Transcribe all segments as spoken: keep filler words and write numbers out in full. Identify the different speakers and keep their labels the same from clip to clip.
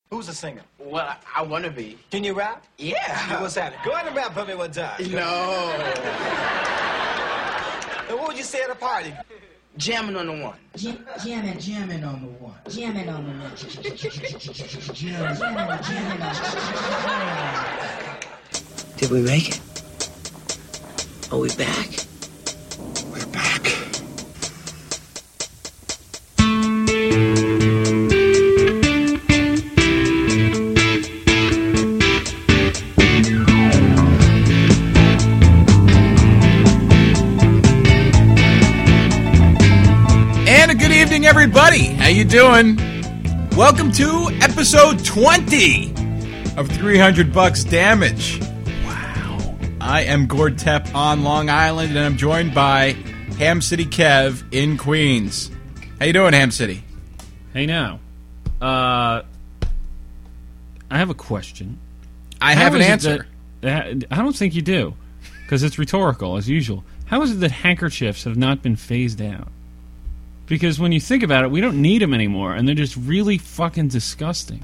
Speaker 1: Who's a singer?
Speaker 2: Well, I, I want to be.
Speaker 1: Can you rap?
Speaker 2: Yeah.
Speaker 1: What's that? Go ahead and rap for me one time.
Speaker 2: No.
Speaker 1: And what would you say at a party?
Speaker 2: Jamming on the one.
Speaker 3: Jam, jamming, jamming on the one. Jamming on the one. Jamming, jamming, jamming on the one.
Speaker 2: Did we make it? Are we back?
Speaker 1: We're back.
Speaker 4: Good evening, everybody. How you doing? Welcome to episode twenty of three hundred Bucks Damage. Wow. I am Gord Tepp on Long Island, and I'm joined by Ham City Kev in Queens. How you doing, Ham City?
Speaker 5: Hey, now. Uh, I have a question.
Speaker 4: I
Speaker 5: How
Speaker 4: have an
Speaker 5: is it
Speaker 4: answer.
Speaker 5: That, I don't think you do, because it's rhetorical, as usual. How is it that handkerchiefs have not been phased out? Because when you think about it, we don't need them anymore, and they're just really fucking disgusting.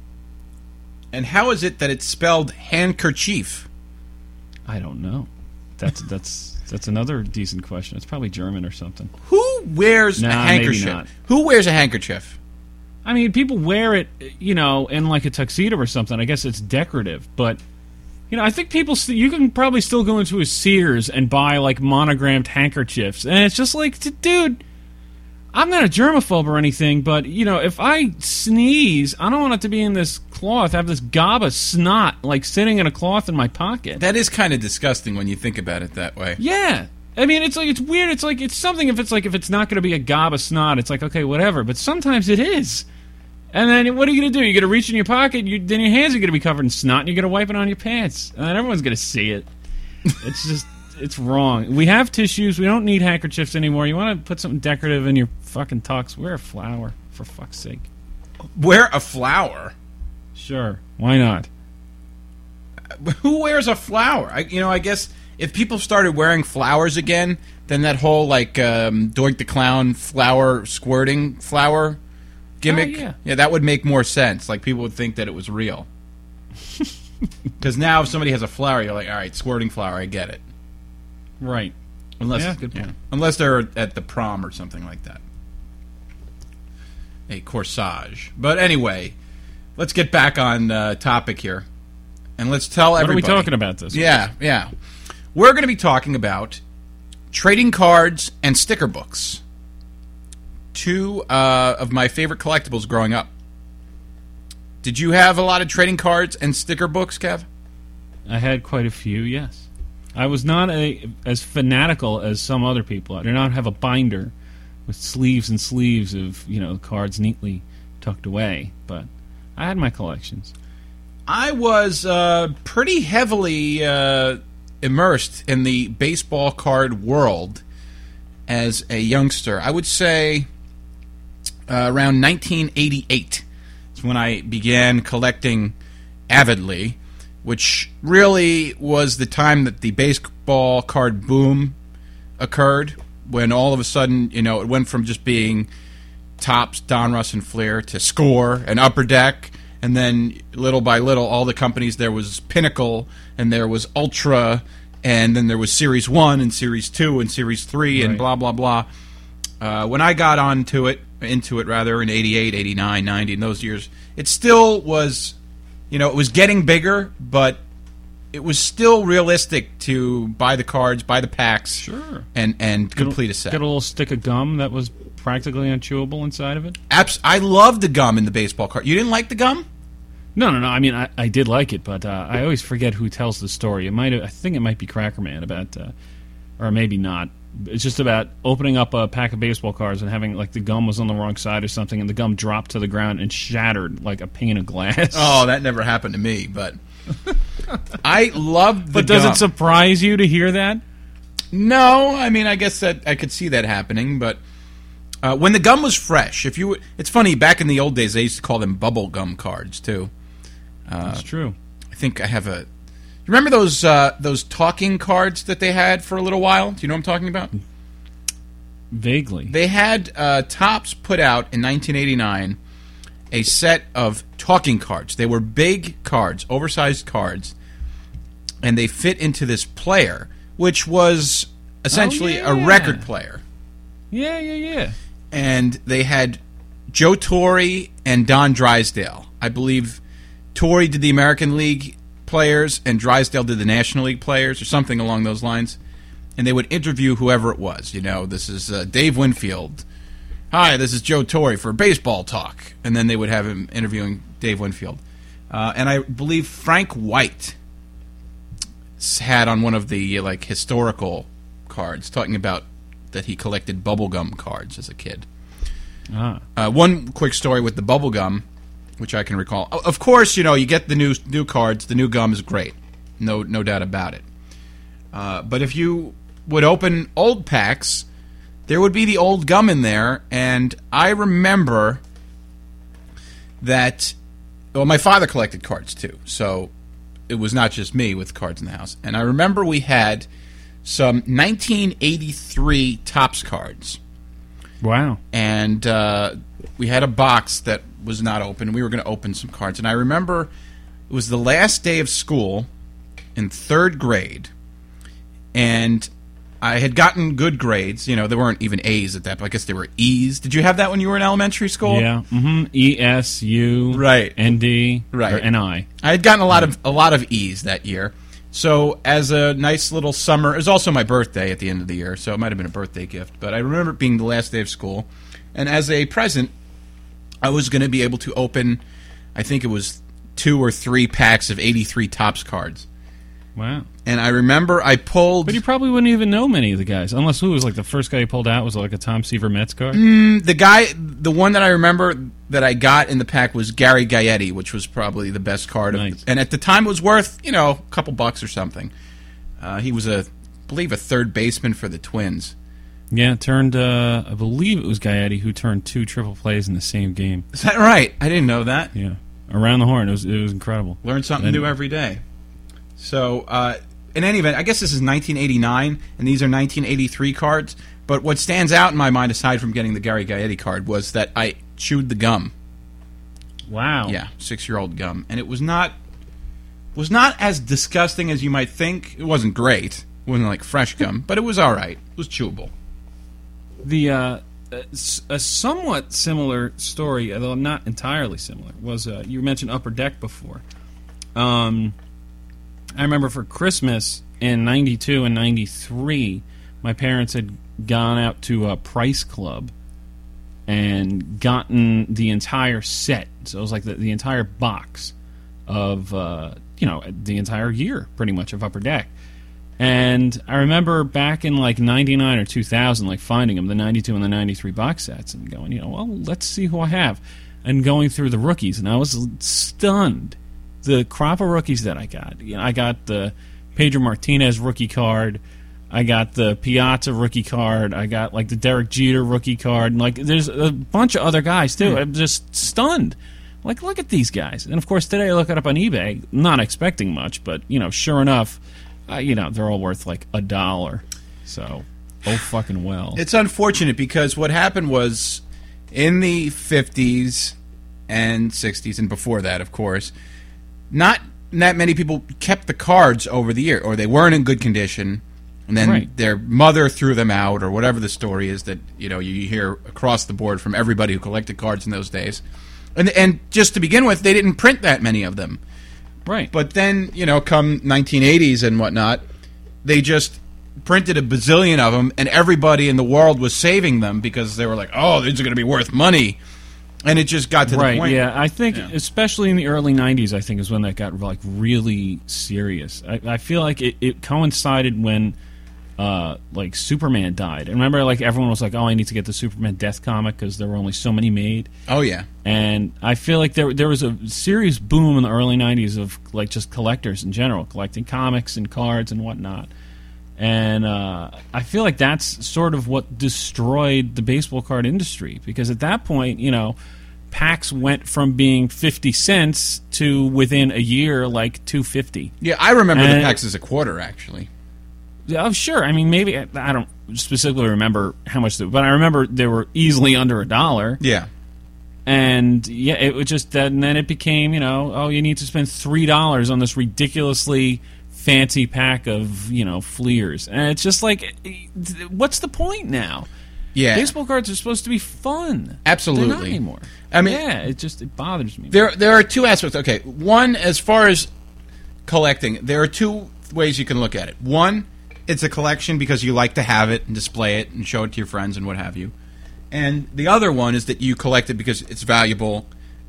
Speaker 4: And how is it that it's spelled handkerchief?
Speaker 5: I don't know. That's that's that's another decent question. It's probably German or something.
Speaker 4: Who wears
Speaker 5: Nah,
Speaker 4: a
Speaker 5: maybe
Speaker 4: handkerchief?
Speaker 5: not.
Speaker 4: Who wears a handkerchief?
Speaker 5: I mean, people wear it, you know, in like a tuxedo or something. I guess it's decorative, but you know, I think people st- you can probably still go into a Sears and buy like monogrammed handkerchiefs, and it's just like, dude. I'm not a germaphobe or anything, but, you know, if I sneeze, I don't want it to be in this cloth, have this gob of snot, like, sitting in a cloth in my pocket.
Speaker 4: That is kind of disgusting when you think about it that way.
Speaker 5: Yeah. I mean, it's like, it's weird. It's like, it's something if it's like, if it's not going to be a gob of snot, it's like, okay, whatever. But sometimes it is. And then what are you going to do? You're going to reach in your pocket, you, then your hands are going to be covered in snot, and you're going to wipe it on your pants. And then everyone's going to see it. It's just... It's wrong. We have tissues. We don't need handkerchiefs anymore. You want to put something decorative in your fucking tux? Wear a flower, for fuck's sake.
Speaker 4: Wear a flower?
Speaker 5: Sure. Why not?
Speaker 4: Who wears a flower? I, you know, I guess if people started wearing flowers again, then that whole, like, um, Doink the Clown flower squirting flower gimmick,
Speaker 5: oh, yeah.
Speaker 4: yeah, that would make more sense. Like, people would think that it was real. Because now if somebody has a flower, you're like, all right, squirting flower, I get it.
Speaker 5: Right.
Speaker 4: Unless,
Speaker 5: yeah, good point.
Speaker 4: Yeah, unless they're at the prom or something like that. A corsage. But anyway, let's get back on uh, topic here. And let's tell
Speaker 5: what
Speaker 4: everybody.
Speaker 5: What are we talking about this?
Speaker 4: Yeah, yeah. We're going to be talking about trading cards and sticker books. Two uh, of my favorite collectibles growing up. Did you have a lot of trading cards and sticker books, Kev?
Speaker 5: I had quite a few, yes. I was not a as fanatical as some other people. I did not have a binder with sleeves and sleeves of, you know, cards neatly tucked away, but I had my collections.
Speaker 4: I was uh, pretty heavily uh, immersed in the baseball card world as a youngster. I would say uh, around nineteen eighty-eight is when I began collecting avidly, which really was the time that the baseball card boom occurred, when all of a sudden, you know, it went from just being Topps, Donruss, and Fleer to Score and Upper Deck, and then little by little, all the companies, there was Pinnacle, and there was Ultra, and then there was Series one and Series two and Series three, and
Speaker 5: right.
Speaker 4: blah, blah, blah. Uh, when I got onto it, into it rather, in eighty-eight, eighty-nine, ninety, in those years, it still was... You know, it was getting bigger, but it was still realistic to buy the cards, buy the packs,
Speaker 5: sure,
Speaker 4: and, and complete a set.
Speaker 5: Get a little stick of gum that was practically unchewable inside of it?
Speaker 4: Abs- I loved the gum in the baseball card. You didn't like the gum?
Speaker 5: No, no, no. I mean, I, I did like it, but uh, I always forget who tells the story. It might, I think it might be Cracker Man about, uh, or maybe not. It's just about opening up a pack of baseball cards and having, like, the gum was on the wrong side or something, and the gum dropped to the ground and shattered like a pane of glass.
Speaker 4: Oh, that never happened to me, but I loved the
Speaker 5: But does
Speaker 4: gum.
Speaker 5: it surprise you to hear that?
Speaker 4: No, I mean, I guess that I could see that happening, but uh, when the gum was fresh, if you, it's funny, back in the old days, they used to call them bubble gum cards, too. Uh,
Speaker 5: That's true.
Speaker 4: I think I have a... You remember those uh, those talking cards that they had for a little while? Do you know what I'm talking about?
Speaker 5: Vaguely.
Speaker 4: They had uh, Topps put out in nineteen eighty-nine a set of talking cards. They were big cards, oversized cards, and they fit into this player, which was essentially
Speaker 5: Oh, yeah.
Speaker 4: a record player.
Speaker 5: Yeah, yeah, yeah.
Speaker 4: And they had Joe Torre and Don Drysdale. I believe Torre did the American League players and Drysdale did the National League players or something along those lines. And they would interview whoever it was. You know, this is uh, Dave Winfield. Hi, this is Joe Torre for Baseball Talk. And then they would have him interviewing Dave Winfield. Uh, and I believe Frank White had on one of the like historical cards talking about that he collected bubblegum cards as a kid.
Speaker 5: Ah.
Speaker 4: Uh, one quick story with the bubblegum, which I can recall. O- Of course, you know, you get the new new cards. The new gum is great. No no doubt about it. Uh, but if you would open old packs, there would be the old gum in there. And I remember that, well, my father collected cards too. So it was not just me with cards in the house. And I remember we had some nineteen eighty-three Topps cards.
Speaker 5: Wow.
Speaker 4: And uh, we had a box that was not open. We were going to open some cards. And I remember it was the last day of school in third grade. And I had gotten good grades. You know, there weren't even A's at that point. I guess they were E's. Did you have that when you were in elementary school?
Speaker 5: Yeah. Mm-hmm. E S U.
Speaker 4: Right.
Speaker 5: N D.
Speaker 4: Right.
Speaker 5: Or N I.
Speaker 4: I had gotten a lot of a lot of E's that year. So as a nice little summer, it was also my birthday at the end of the year, so it might have been a birthday gift. But I remember it being the last day of school, and as a present, I was going to be able to open, I think it was two or three packs of eighty-three Topps cards.
Speaker 5: Wow.
Speaker 4: And I remember I pulled...
Speaker 5: But you probably wouldn't even know many of the guys, unless who was like the first guy you pulled out was like a Tom Seaver Mets card.
Speaker 4: The guy, the one that I remember that I got in the pack was Gary Gaetti, which was probably the best card. Of,
Speaker 5: Nice.
Speaker 4: and at the time it was worth, you know, a couple bucks or something. Uh, he was, a, I believe, a third baseman for the Twins.
Speaker 5: Yeah, turned. Uh, I believe it was Gaetti who turned two triple plays in the same game.
Speaker 4: Is that right? I didn't know that.
Speaker 5: Yeah, around the horn. It was it was incredible.
Speaker 4: Learn something
Speaker 5: Anyway.
Speaker 4: new every day. So, uh, in any event, I guess this is nineteen eighty-nine, and these are nineteen eighty-three cards. But what stands out in my mind, aside from getting the Gary Gaetti card, was that I chewed the gum.
Speaker 5: Wow.
Speaker 4: Yeah, six-year-old gum, and it was not was not as disgusting as you might think. It wasn't great. It wasn't like fresh gum, but it was all right. It was chewable.
Speaker 5: The uh, a s- a somewhat similar story, although not entirely similar, was uh, you mentioned Upper Deck before. Um, I remember for Christmas in ninety-two and ninety-three, my parents had gone out to a Price Club and gotten the entire set. So it was like the, the entire box of, uh, you know, the entire year, pretty much, of Upper Deck. And I remember back in like ninety-nine or two thousand, like finding them, the ninety-two and the ninety-three box sets, and going, you know, well, let's see who I have. And going through the rookies, and I was stunned. The crop of rookies that I got. You know, I got the Pedro Martinez rookie card. I got the Piazza rookie card. I got like the Derek Jeter rookie card. And like, there's a bunch of other guys too. I'm just stunned. Like, look at these guys. And of course, today I look it up on eBay, not expecting much, but you know, sure enough, uh, you know, they're all worth like a dollar. So, oh fucking well.
Speaker 4: It's unfortunate because what happened was in the fifties and sixties, and before that, of course, not that many people kept the cards over the year, or they weren't in good condition, and then
Speaker 5: Right.
Speaker 4: their mother threw them out, or whatever the story is that you know you hear across the board from everybody who collected cards in those days. And and just to begin with, they didn't print that many of them.
Speaker 5: Right.
Speaker 4: But then, you know, come nineteen eighties and whatnot, they just printed a bazillion of them, and everybody in the world was saving them because they were like, oh, these are going to be worth money. And it just got to
Speaker 5: right,
Speaker 4: the point.
Speaker 5: yeah. I think,
Speaker 4: Yeah.
Speaker 5: especially in the early nineties, I think is when that got like really serious. I, I feel like it, it coincided when uh, like Superman died. And remember, like everyone was like, "Oh, I need to get the Superman Death comic because there were only so many made."
Speaker 4: Oh, yeah.
Speaker 5: And I feel like there there was a serious boom in the early nineties of like just collectors in general, collecting comics and cards and whatnot. And uh, I feel like that's sort of what destroyed the baseball card industry, because at that point, you know, packs went from being fifty cents to within a year like two fifty.
Speaker 4: Yeah, I remember the
Speaker 5: And-
Speaker 4: packs as a quarter, actually.
Speaker 5: Yeah, oh, sure. I mean, maybe I don't specifically remember how much, they, but I remember they were easily under a dollar.
Speaker 4: Yeah.
Speaker 5: And yeah, it was just that, and then it became, you know, oh, you need to spend three dollars on this ridiculously fancy pack of, you know, Fleers, and it's just like, what's the point now?
Speaker 4: Yeah,
Speaker 5: baseball cards are supposed to be fun.
Speaker 4: Absolutely,
Speaker 5: they're not anymore.
Speaker 4: I mean,
Speaker 5: yeah, it just it bothers me.
Speaker 4: There, there are two aspects. Okay, one, as far as collecting, there are two ways you can look at it. One, it's a collection because you like to have it and display it and show it to your friends and what have you. And the other one is that you collect it because it's valuable,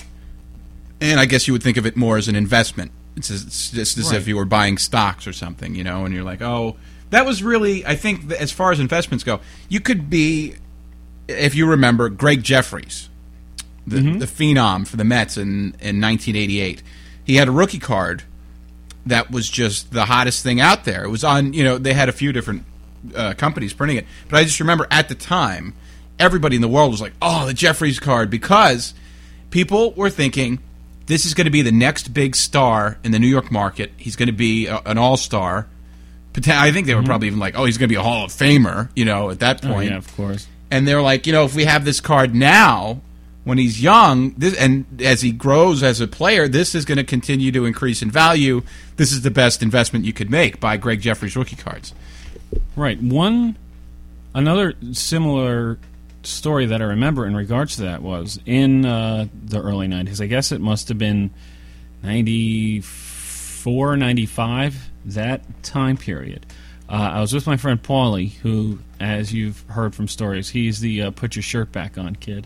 Speaker 4: and I guess you would think of it more as an investment. It's, as, it's just as
Speaker 5: right.
Speaker 4: if you were buying stocks or something, you know, and you're like, oh, that was really, I think, that as far as investments go, you could be, if you remember, Greg Jeffries, the,
Speaker 5: mm-hmm.
Speaker 4: the phenom for the Mets in, in nineteen eighty-eight. He had a rookie card that was just the hottest thing out there. It was on, you know, they had a few different uh, companies printing it, but I just remember at the time, everybody in the world was like, oh, the Jeffries card, because people were thinking, this is going to be the next big star in the New York market. He's going to be a, an all-star. I think they were mm-hmm. probably even like, oh, he's going to be a Hall of Famer, you know, at that point.
Speaker 5: Oh, yeah, of course.
Speaker 4: And they're like, you know, if we have this card now, when he's young, this, and as he grows as a player, this is going to continue to increase in value. This is the best investment you could make, buy Greg Jeffries rookie cards.
Speaker 5: Right. One, another similar story that I remember in regards to that was in uh, the early nineties. I guess it must have been ninety-four, ninety-five, that time period. Uh, I was with my friend Paulie, who, as you've heard from stories, he's the uh, put your shirt back on kid.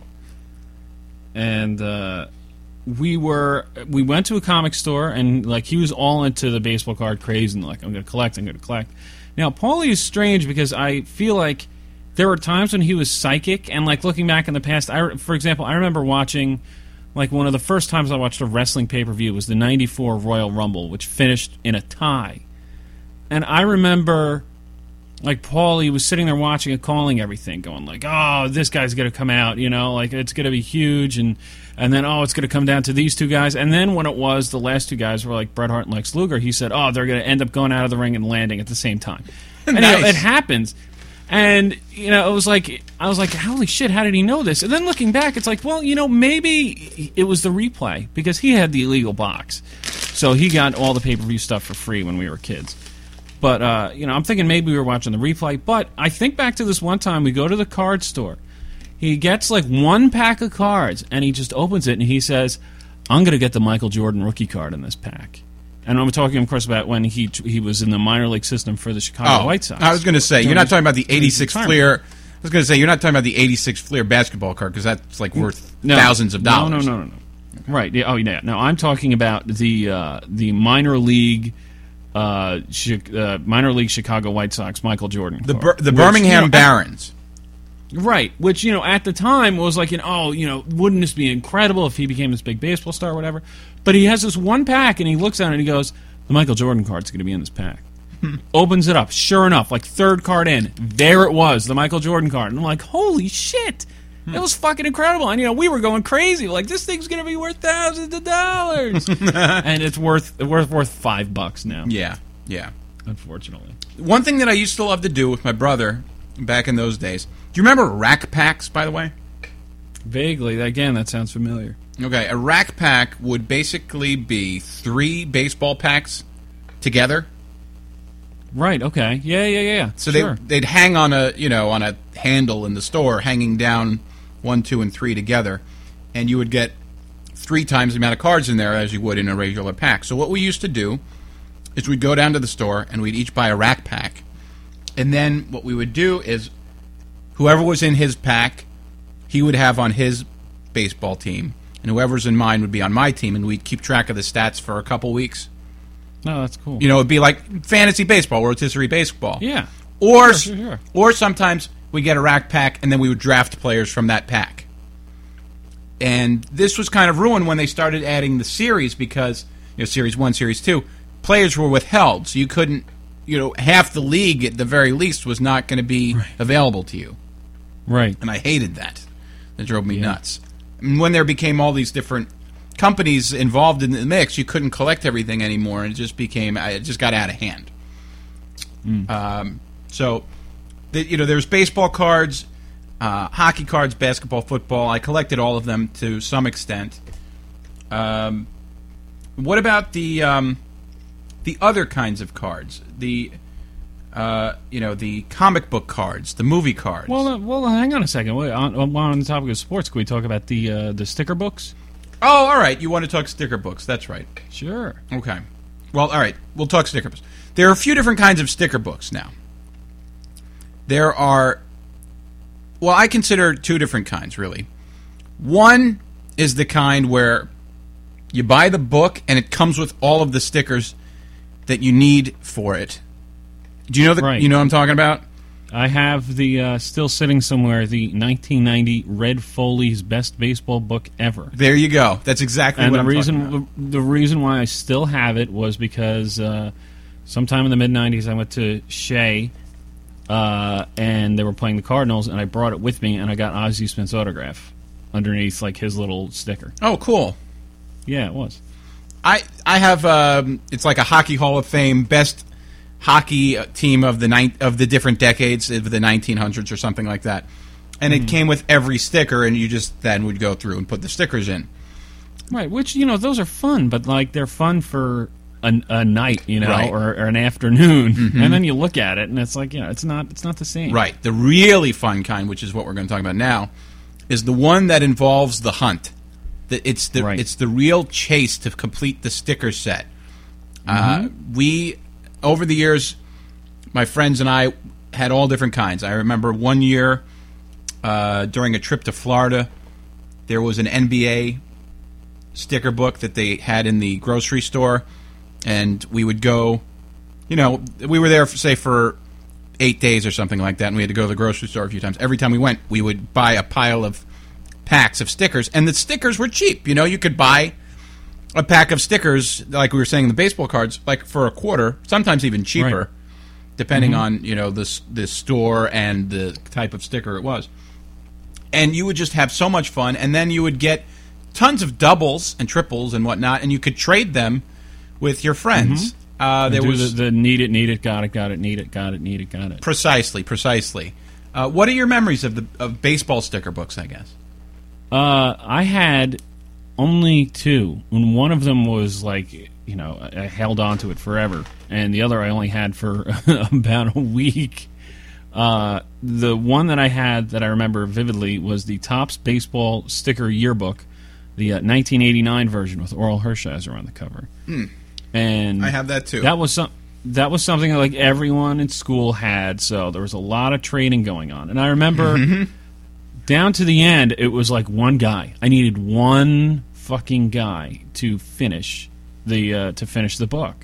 Speaker 5: And uh, we were we went to a comic store, and like he was all into the baseball card craze, and like, I'm going to collect, I'm going to collect. Now, Paulie is strange because I feel like there were times when he was psychic, and like looking back in the past, I, for example, I remember watching, like one of the first times I watched a wrestling pay-per-view was the ninety-four Royal Rumble, which finished in a tie. And I remember, like, Paulie was sitting there watching it, calling everything, going like, oh, this guy's going to come out, you know, like, it's going to be huge, and and then, oh, it's going to come down to these two guys. And then when it was, the last two guys were like Bret Hart and Lex Luger, he said, oh, they're going to end up going out of the ring and landing at the same time. And
Speaker 4: nice.
Speaker 5: you know, it happens. And, you know, it was like, I was like, holy shit, how did he know this? And then looking back, it's like, well, you know, maybe it was the replay, because he had the illegal box. So he got all the pay-per-view stuff for free when we were kids. But, uh, you know, I'm thinking maybe we were watching the replay. But I think back to this one time, we go to the card store. He gets, like, one pack of cards, and he just opens it, and he says, I'm going to get the Michael Jordan rookie card in this pack. And I'm talking, of course, about when he he was in the minor league system for the Chicago
Speaker 4: oh,
Speaker 5: White Sox.
Speaker 4: I was going to say, you're not talking about the eighty-six Fleer. I was going to say, you're not talking about the eighty-six Fleer basketball card, because that's, like, worth
Speaker 5: no,
Speaker 4: thousands of dollars.
Speaker 5: No, no, no, no, no. Right. Yeah, oh, yeah. No, I'm talking about the uh, the minor league uh, uh, minor league Chicago White Sox Michael Jordan
Speaker 4: the
Speaker 5: card,
Speaker 4: Bur- the
Speaker 5: which,
Speaker 4: Birmingham
Speaker 5: you know,
Speaker 4: Barons.
Speaker 5: At, right. Which, you know, at the time was like, you know, oh, you know, wouldn't this be incredible if he became this big baseball star or whatever? But he has this one pack, and he looks at it and he goes, the Michael Jordan card's going to be in this pack. Opens it up. Sure enough, like third card in, there it was, the Michael Jordan card. And I'm like, holy shit. It was fucking incredible. And, you know, we were going crazy. Like, this thing's going to be worth thousands of dollars. And it's worth worth worth five bucks now.
Speaker 4: Yeah, yeah.
Speaker 5: Unfortunately.
Speaker 4: One thing that I used to love to do with my brother back in those days, do you remember rack packs, by the way?
Speaker 5: Vaguely. Again, that sounds familiar.
Speaker 4: Okay, a rack pack would basically be three baseball packs together.
Speaker 5: Right, okay. Yeah, yeah, yeah.
Speaker 4: So
Speaker 5: sure.
Speaker 4: they, they'd hang on a, you know, on a handle in the store, hanging down one, two, and three together, and you would get three times the amount of cards in there as you would in a regular pack. So what we used to do is we'd go down to the store, and we'd each buy a rack pack, and then what we would do is whoever was in his pack, he would have on his baseball team, and whoever's in mine would be on my team, and we'd keep track of the stats for a couple weeks.
Speaker 5: No, that's cool.
Speaker 4: You know, it'd be like fantasy baseball, rotisserie baseball.
Speaker 5: Yeah.
Speaker 4: Or,
Speaker 5: sure, sure, sure.
Speaker 4: or sometimes we get a rack pack, and then we would draft players from that pack. And this was kind of ruined when they started adding the series because, you know, Series one, Series two, players were withheld, so you couldn't, you know, half the league at the very least was not going to be right. available to you.
Speaker 5: Right.
Speaker 4: And I hated that. That drove me yeah. nuts. And when there became all these different companies involved in the mix, you couldn't collect everything anymore, and it just became, it just got out of hand.
Speaker 5: Mm.
Speaker 4: Um, so, the, you know, there's baseball cards. uh, hockey cards, basketball, football. I collected all of them to some extent. Um, what about the um, the other kinds of cards? The uh, you know the comic book cards, the movie cards.
Speaker 5: Well, uh, well, hang on a second. Wait, on, on the topic of sports, can we talk about the uh, the sticker books?
Speaker 4: Oh, all right. You want to talk sticker books? That's right.
Speaker 5: Sure.
Speaker 4: Okay. Well, all right. We'll talk sticker books. There are a few different kinds of sticker books now. There are, well, I consider two different kinds, really. One is the kind where you buy the book and it comes with all of the stickers that you need for it. Do you know the,
Speaker 5: Right.
Speaker 4: you know what I'm talking about?
Speaker 5: I have the uh, still sitting somewhere the nineteen ninety Red Foley's Best Baseball Book Ever.
Speaker 4: There you go. That's exactly
Speaker 5: And
Speaker 4: what
Speaker 5: the
Speaker 4: I'm
Speaker 5: reason
Speaker 4: talking about.
Speaker 5: the, the reason why I still have it was because uh, sometime in the mid nineties I went to Shea uh, and they were playing the Cardinals, and I brought it with me, and I got Ozzie Smith's autograph underneath like his little sticker.
Speaker 4: Oh, cool.
Speaker 5: Yeah, it was.
Speaker 4: I I have um, it's like a Hockey Hall of Fame best hockey team of the ni- of the different decades of the nineteen hundreds or something like that, and it came with every sticker, and you just then would go through and put the stickers in.
Speaker 5: Right, which, you know, those are fun, but like they're fun for a, a night, you know,
Speaker 4: Right.
Speaker 5: or, or an afternoon, and then you look at it and it's like, you know, it's not it's not the same.
Speaker 4: Right. The really fun kind, which is what we're going to talk about now, is the one that involves the hunt. The, it's the
Speaker 5: Right.
Speaker 4: it's the real chase to complete the sticker set. Uh, we over the years, my friends and I had all different kinds. I remember one year uh, during a trip to Florida, there was an N B A sticker book that they had in the grocery store, and we would go. You know, we were there, for, say, for eight days or something like that, and we had to go to the grocery store a few times. Every time we went, we would buy a pile of packs of stickers, and the stickers were cheap. You know, you could buy a pack of stickers, like we were saying, the baseball cards, like for a quarter, sometimes even cheaper,
Speaker 5: Right.
Speaker 4: depending on, you know, the the store and the type of sticker it was. And you would just have so much fun, and then you would get tons of doubles and triples and whatnot, and you could trade them with your friends. Uh, there
Speaker 5: Do
Speaker 4: was
Speaker 5: the, the need it, need it, got it, got it, need it, got it, need it, got it.
Speaker 4: precisely, precisely. Uh, what are your memories of the of baseball sticker books? I guess.
Speaker 5: Uh, I had only two, and one of them was like, you know, I I held on to it forever, and the other I only had for about a week. Uh, the one that I had that I remember vividly was the Topps Baseball Sticker Yearbook, the uh, nineteen eighty-nine version with Oral Hershiser on the cover. And
Speaker 4: I have that too.
Speaker 5: That was some. That was something that, like, everyone in school had, so there was a lot of trading going on. And I remember down to the end, it was like one guy. I needed one fucking guy to finish the uh, to finish the book.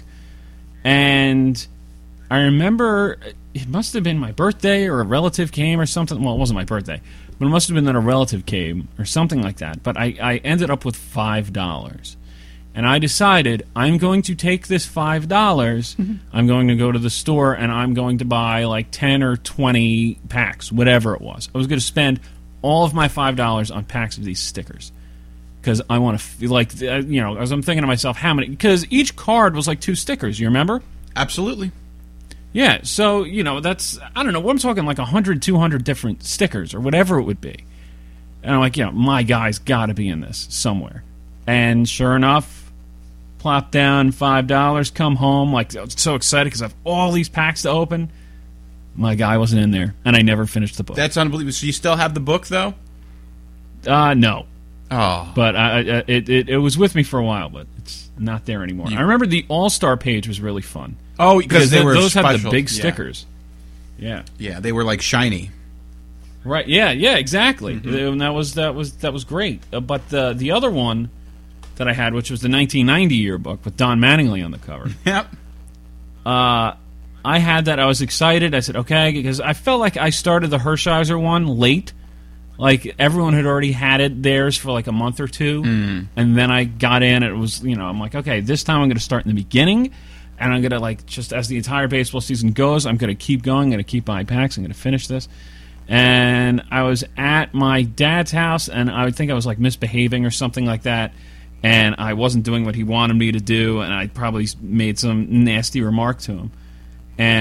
Speaker 5: And I remember it must have been my birthday or a relative came or something. Well, it wasn't my birthday, but it must have been that a relative came or something like that. But I, I ended up with five dollars. And I decided I'm going to take this five dollars, I'm going to go to the store, and I'm going to buy like ten or twenty packs, whatever it was. I was going to spend all of my five dollars on packs of these stickers. Because I want to, f- like, uh, you know, as I'm thinking to myself, how many? Because each card was like two stickers, you remember?
Speaker 4: Absolutely.
Speaker 5: Yeah, so, you know, that's, I don't know, I'm talking like one hundred, two hundred different stickers or whatever it would be. And I'm like, you know, my guy's got to be in this somewhere. And sure enough, plop down five dollars, come home, like, so excited because I have all these packs to open. My guy wasn't in there, and I never finished the book.
Speaker 4: That's unbelievable. So you still have the book, though?
Speaker 5: Uh, no.
Speaker 4: Oh.
Speaker 5: But I, I, it, it it was with me for a while, but it's not there anymore. I remember the All-Star page was really fun.
Speaker 4: Oh, because they
Speaker 5: th-
Speaker 4: were
Speaker 5: those had the
Speaker 4: special.
Speaker 5: big
Speaker 4: Yeah.
Speaker 5: stickers. Yeah.
Speaker 4: Yeah, they were like shiny.
Speaker 5: Right. Yeah. Yeah. Exactly. And that was that was that was great. Uh, but the the other one that I had, which was the nineteen ninety yearbook with Don Mattingly on the cover,
Speaker 4: Yep.
Speaker 5: uh, I had that. I was excited. I said, okay, because I felt like I started the Hershiser one late. Like, everyone had already had it theirs for like a month or two,
Speaker 4: Mm.
Speaker 5: and then I got in. And it was, you know, I'm like, okay, this time I'm going to start in the beginning, and I'm going to, like, just as the entire baseball season goes, I'm going to keep going. I'm going to keep buying packs. I'm going to finish this. And I was at my dad's house, and I would think I was like misbehaving or something like that, and I wasn't doing what he wanted me to do, and I probably made some nasty remark to him. And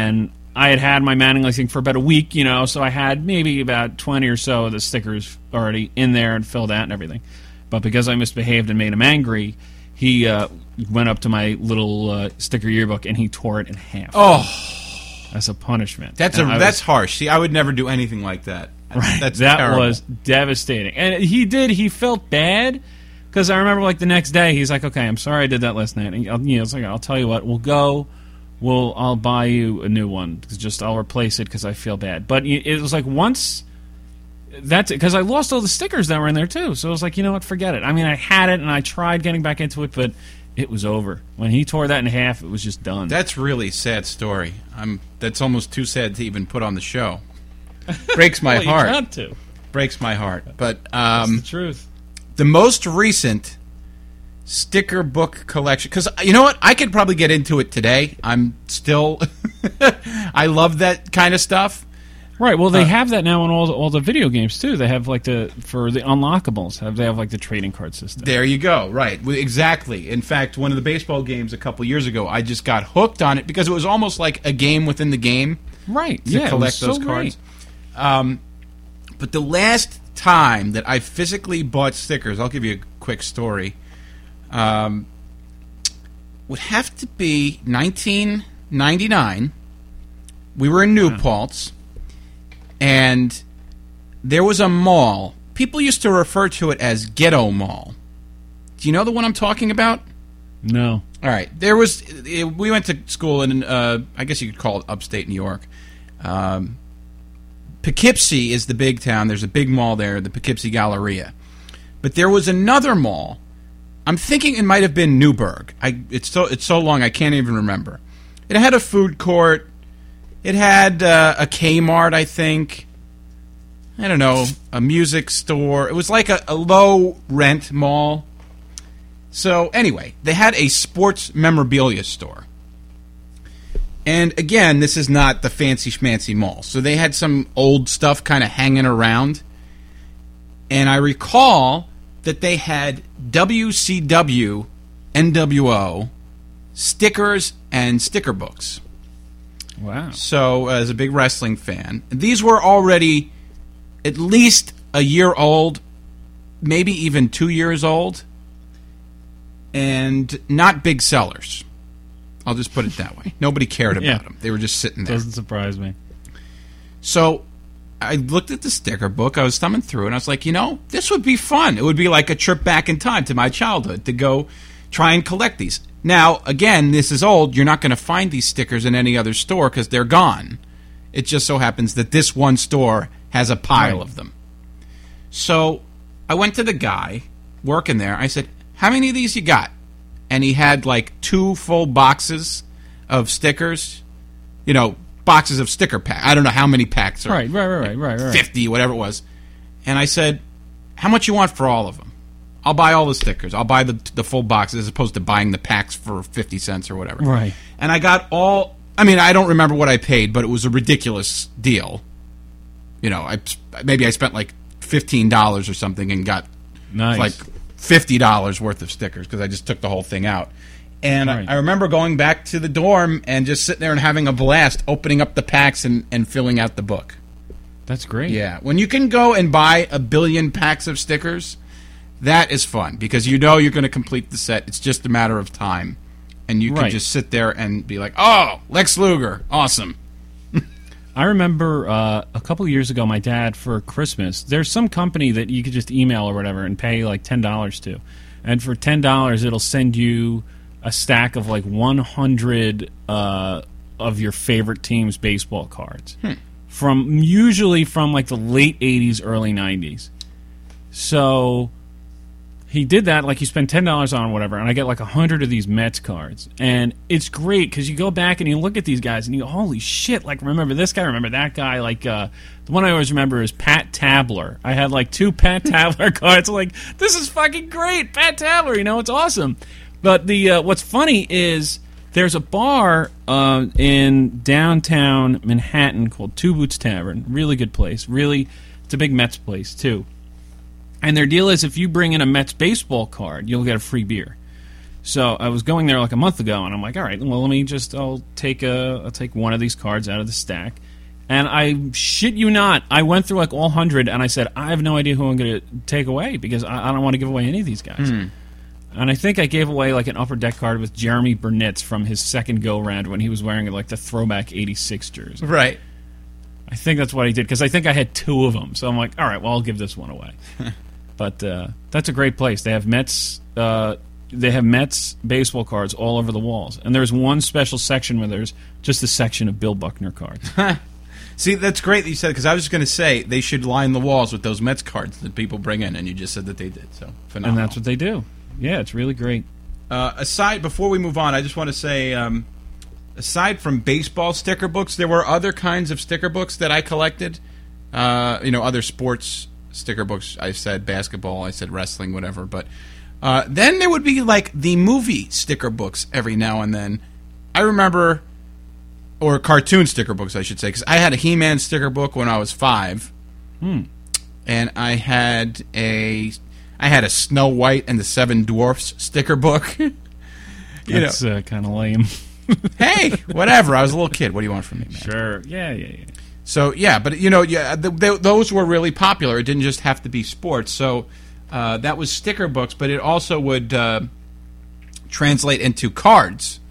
Speaker 5: I had had my Mattingly thing for about a week, you know, so I had maybe about twenty or so of the stickers already in there and filled out and everything. But because I misbehaved and made him angry, he uh, went up to my little uh, sticker yearbook and he tore it in half.
Speaker 4: Oh,
Speaker 5: as a punishment.
Speaker 4: That's a
Speaker 5: And I
Speaker 4: that's
Speaker 5: was-
Speaker 4: harsh. See, I would never do anything like that.
Speaker 5: Right.
Speaker 4: That's
Speaker 5: that
Speaker 4: terrible.
Speaker 5: was devastating. And he did, he felt bad, because I remember, like, the next day, he's like, okay, I'm sorry I did that last night. And, I'll- you know, it's like, I'll tell you what, we'll go, we'll, I'll buy you a new one. Just, I'll replace it because I feel bad. But it it was like, once, that's it, because I lost all the stickers that were in there, too. So I was like, you know what, forget it. I mean, I had it, and I tried getting back into it, but it was over. When he tore that in half, it was just done.
Speaker 4: That's really a sad story. I'm. That's almost too sad to even put on the show. Breaks my
Speaker 5: well,
Speaker 4: heart.
Speaker 5: You got to.
Speaker 4: Breaks my heart. But
Speaker 5: That's
Speaker 4: um,
Speaker 5: the truth.
Speaker 4: the most recent sticker book collection, because you know what, I could probably get into it today. I'm still. I love that kind of stuff.
Speaker 5: Right. Well, they
Speaker 4: Uh,
Speaker 5: have that now on all the, all the video games too. They have like the for the unlockables. Have they have like the trading card system?
Speaker 4: There you go. Right. Well, exactly. In fact, one of the baseball games a couple years ago, I just got hooked on it because it was almost like a game within the game.
Speaker 5: Right.
Speaker 4: To
Speaker 5: yeah.
Speaker 4: collect
Speaker 5: it was
Speaker 4: those
Speaker 5: so
Speaker 4: cards.
Speaker 5: great.
Speaker 4: Um, but the last time that I physically bought stickers, I'll give you a quick story. Um, would have to be nineteen ninety-nine. We were in New Paltz, and there was a mall. People used to refer to it as Ghetto Mall. Do you know the one I'm talking about?
Speaker 5: No.
Speaker 4: All right. There was. We went to school in, uh, I guess you could call it upstate New York. Um, Poughkeepsie is the big town. There's a big mall there, the Poughkeepsie Galleria. But there was another mall. I'm thinking it might have been Newburgh. I, it's so it's so long I can't even remember. It had a food court. It had uh, a Kmart, I think. I don't know, a music store. It was like a, a low rent mall. So anyway, they had a sports memorabilia store. And again, this is not the fancy schmancy mall. So they had some old stuff kind of hanging around. And I recall that they had W C W, N W O, stickers and sticker books.
Speaker 5: Wow.
Speaker 4: So, as a big wrestling fan, these were already at least a year old, maybe even two years old, and not big sellers. I'll just put it that way. Nobody cared about
Speaker 5: Yeah.
Speaker 4: them. They were just sitting there.
Speaker 5: Doesn't surprise me.
Speaker 4: So I looked at the sticker book. I was thumbing through, and I was like, you know, this would be fun. It would be like a trip back in time to my childhood to go try and collect these. Now, again, this is old. You're not going to find these stickers in any other store because they're gone. It just so happens that this one store has a pile
Speaker 5: Right.
Speaker 4: of them. So I went to the guy working there. I said, how many of these you got? And he had like two full boxes of stickers. You know, boxes of sticker pack. I don't know how many packs. Are
Speaker 5: Right, right, right, right, right, right.
Speaker 4: fifty, whatever it was. And I said, how much you want for all of them? I'll buy all the stickers. I'll buy the the full boxes as opposed to buying the packs for fifty cents or whatever.
Speaker 5: Right.
Speaker 4: And I got all, I mean, I don't remember what I paid, but it was a ridiculous deal. You know, I maybe I spent like fifteen dollars or something and got
Speaker 5: Nice.
Speaker 4: like fifty dollars worth of stickers because I just took the whole thing out. And
Speaker 5: Right.
Speaker 4: I, I remember going back to the dorm and just sitting there and having a blast, opening up the packs and, and filling out the book.
Speaker 5: That's great.
Speaker 4: Yeah. When you can go and buy a billion packs of stickers, that is fun because you know you're going to complete the set. It's just a matter of time. And you can
Speaker 5: Right.
Speaker 4: just sit there and be like, oh, Lex Luger, awesome.
Speaker 5: I remember uh, a couple years ago, my dad, for Christmas, there's some company that you could just email or whatever and pay like ten dollars to. And for ten dollars, it'll send you a stack of like one hundred uh, of your favorite team's baseball cards.
Speaker 4: Hmm.
Speaker 5: From usually from like the late eighties, early nineties. So he did that, like you spend ten dollars on or whatever, and I get like one hundred of these Mets cards. And it's great because you go back and you look at these guys and you go, holy shit, like remember this guy, remember that guy. Like uh, the one I always remember is Pat Tabler. I had like two Pat Tabler cards. I'm like, this is fucking great, Pat Tabler, you know, it's awesome. But the uh, what's funny is there's a bar uh, in downtown Manhattan called Two Boots Tavern. Really good place. Really, it's a big Mets place too. And their deal is if you bring in a Mets baseball card, you'll get a free beer. So I was going there like a month ago, and I'm like, all right, well, let me just, I'll take a, I'll take one of these cards out of the stack. And I shit you not, I went through like all hundred, and I said, I have no idea who I'm going to take away, because I, I don't want to give away any of these guys.
Speaker 4: Hmm.
Speaker 5: And I think I gave away like an upper deck card with Jeremy Burnitz from his second go-round when he was wearing like the throwback eighty-six jersey.
Speaker 4: Right.
Speaker 5: I think that's what he did, because I think I had two of them. So I'm like, all right, well, I'll give this one away. But uh, that's a great place. They have Mets... Uh, They have Mets baseball cards all over the walls. And there's one special section where there's just a section of Bill Buckner cards.
Speaker 4: See, that's great that you said it, because I was just going to say they should line the walls with those Mets cards that people bring in, and you just said that they did. So phenomenal.
Speaker 5: And that's what they do. Yeah, it's really great.
Speaker 4: Uh, aside, before we move on, I just want to say, um, aside from baseball sticker books, there were other kinds of sticker books that I collected. Uh, you know, other sports sticker books. I said basketball, I said wrestling, whatever, but... Uh, then there would be, like, the movie sticker books every now and then. I remember, or cartoon sticker books, I should say, because I had a He-Man sticker book when I was five.
Speaker 5: Hmm.
Speaker 4: And I had a, I had a Snow White and the Seven Dwarfs sticker book. you
Speaker 5: That's uh, kind of lame.
Speaker 4: Hey, whatever. I was a little kid. What do you want from me, man?
Speaker 5: Sure. Yeah, yeah, yeah.
Speaker 4: So, yeah, but, you know, yeah, the, the, those were really popular. It didn't just have to be sports. So... Uh, that was sticker books, but it also would uh, translate into cards.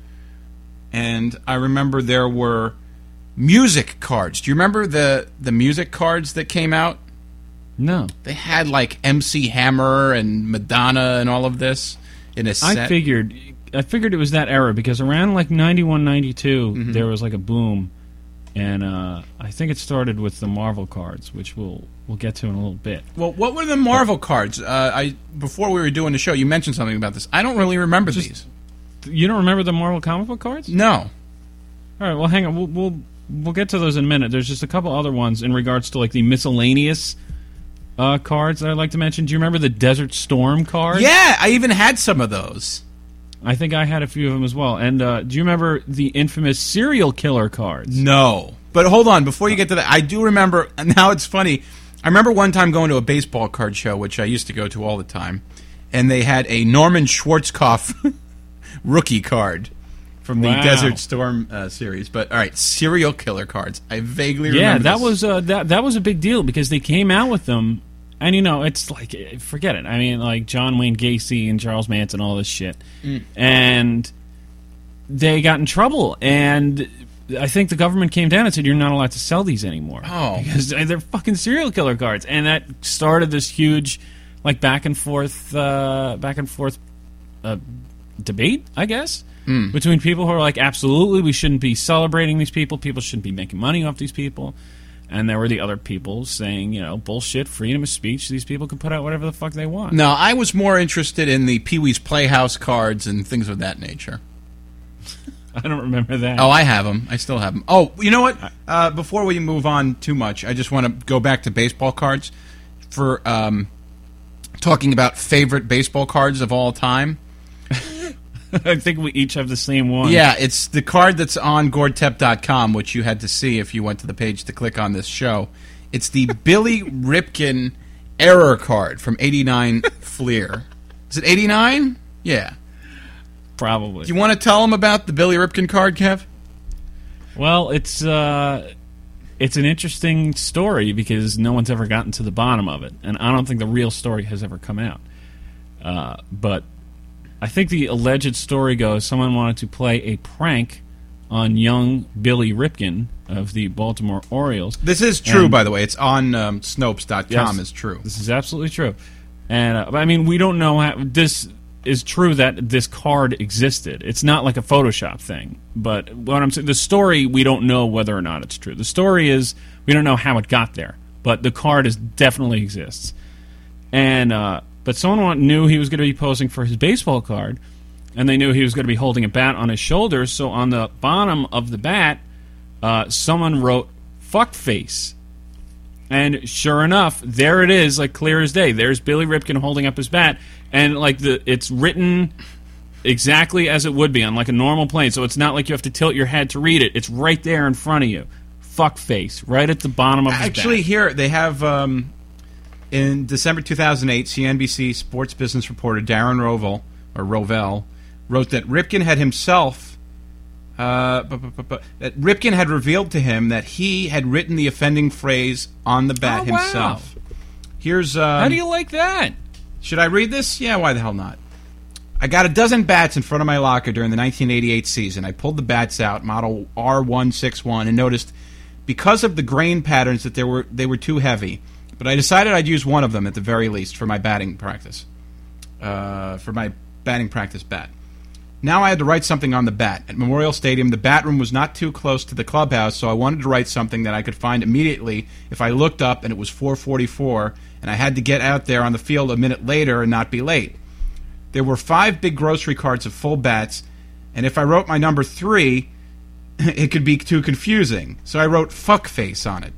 Speaker 4: And I remember there were music cards. Do you remember the, the music cards that came out?
Speaker 5: No.
Speaker 4: They had like M C Hammer and Madonna and all of this in a set.
Speaker 5: I figured I figured it was that era, because around like ninety-one, ninety-two,
Speaker 4: Mm-hmm.
Speaker 5: there was like a boom. And uh, I think it started with the Marvel cards, which we'll we'll get to in a little bit.
Speaker 4: Well, what were the Marvel cards? Uh, I before we were doing the show, you mentioned something about this. I don't really remember
Speaker 5: Just-
Speaker 4: these.
Speaker 5: You don't remember the Marvel comic book cards?
Speaker 4: No.
Speaker 5: All right, well, hang on. We'll, we'll we'll get to those in a minute. There's just a couple other ones in regards to like the miscellaneous uh, cards that I'd like to mention. Do you remember the Desert Storm card?
Speaker 4: Yeah, I even had some of those.
Speaker 5: I think I had a few of them as well. And uh, do you remember the infamous serial killer cards?
Speaker 4: No. But hold on, before you get to that, I do remember, and now it's funny, I remember one time going to a baseball card show, which I used to go to all the time, and they had a Norman Schwarzkopf rookie card from the
Speaker 5: Wow.
Speaker 4: Desert Storm uh, series. But, all right, serial killer cards. I vaguely
Speaker 5: Yeah,
Speaker 4: remember
Speaker 5: that
Speaker 4: this.
Speaker 5: was uh, that that was a big deal, because they came out with them, and you know, it's like, forget it. I mean, like John Wayne Gacy and Charles Manson, all this shit,
Speaker 4: Mm.
Speaker 5: and they got in trouble, and I think the government came down and said, you're not allowed to sell these anymore.
Speaker 4: Oh.
Speaker 5: Because they're fucking serial killer cards. And that started this huge, like, back and forth, uh, back and forth uh, debate, I guess,
Speaker 4: Mm.
Speaker 5: between people who are like, absolutely, we shouldn't be celebrating these people. People shouldn't be making money off these people. And there were the other people saying, you know, bullshit, freedom of speech. These people can put out whatever the fuck they want.
Speaker 4: No, I was more interested in the Pee-wee's Playhouse cards and things of that nature.
Speaker 5: I don't remember that.
Speaker 4: Oh, I have them. I still have them. Oh, you know what? Uh, before we move on too much, I just want to go back to baseball cards for um, talking about favorite baseball cards of all time.
Speaker 5: I think we each have the same one.
Speaker 4: Yeah, it's the card that's on Gord Tep dot com, which you had to see if you went to the page to click on this show. It's the Billy Ripken error card from eighty-nine Fleer. Is it eighty-nine? Yeah.
Speaker 5: Probably.
Speaker 4: Do you want to tell them about the Billy Ripken card, Kev?
Speaker 5: Well, it's uh, it's an interesting story because no one's ever gotten to the bottom of it, and I don't think the real story has ever come out. Uh, but I think the alleged story goes someone wanted to play a prank on young Billy Ripken of the Baltimore Orioles.
Speaker 4: This is true,
Speaker 5: And-
Speaker 4: by the way. It's on um, Snopes dot com.
Speaker 5: Yes.
Speaker 4: Is true.
Speaker 5: This is absolutely true. And uh, I mean, we don't know how this is true that this card existed. It's not like a Photoshop thing. But what I'm saying, the story, we don't know whether or not it's true. The story is we don't know how it got there, but the card is definitely exists. And uh, but someone want- knew he was going to be posing for his baseball card, and they knew he was going to be holding a bat on his shoulders. So on the bottom of the bat, uh, someone wrote "fuckface." And sure enough, there it is, like clear as day. There's Billy Ripken holding up his bat, and like the it's written exactly as it would be on like a normal plane. So it's not like you have to tilt your head to read it. It's right there in front of you. Fuck face, right at the bottom of his
Speaker 4: Actually,
Speaker 5: bat.
Speaker 4: here they have um, in December two thousand eight, C N B C sports business reporter Darren Rovell or Rovell wrote that Ripken had himself, uh, bu- bu- bu- bu- that Ripken had revealed to him that he had written the offending phrase on the bat
Speaker 5: Oh, wow.
Speaker 4: himself. Here's um,
Speaker 5: How do you like that?
Speaker 4: Should I read this? Yeah, why the hell not? I got a dozen bats in front of my locker during the nineteen eighty-eight season. I pulled the bats out, model R one sixty-one, and noticed because of the grain patterns that they were they were too heavy. But I decided I'd use one of them at the very least for my batting practice. Uh, for my batting practice bat. Now I had to write something on the bat. At Memorial Stadium, the bat room was not too close to the clubhouse, so I wanted to write something that I could find immediately if I looked up and it was four forty-four, and I had to get out there on the field a minute later and not be late. There were five big grocery carts of full bats, and if I wrote my number three, it could be too confusing. So I wrote fuckface on it.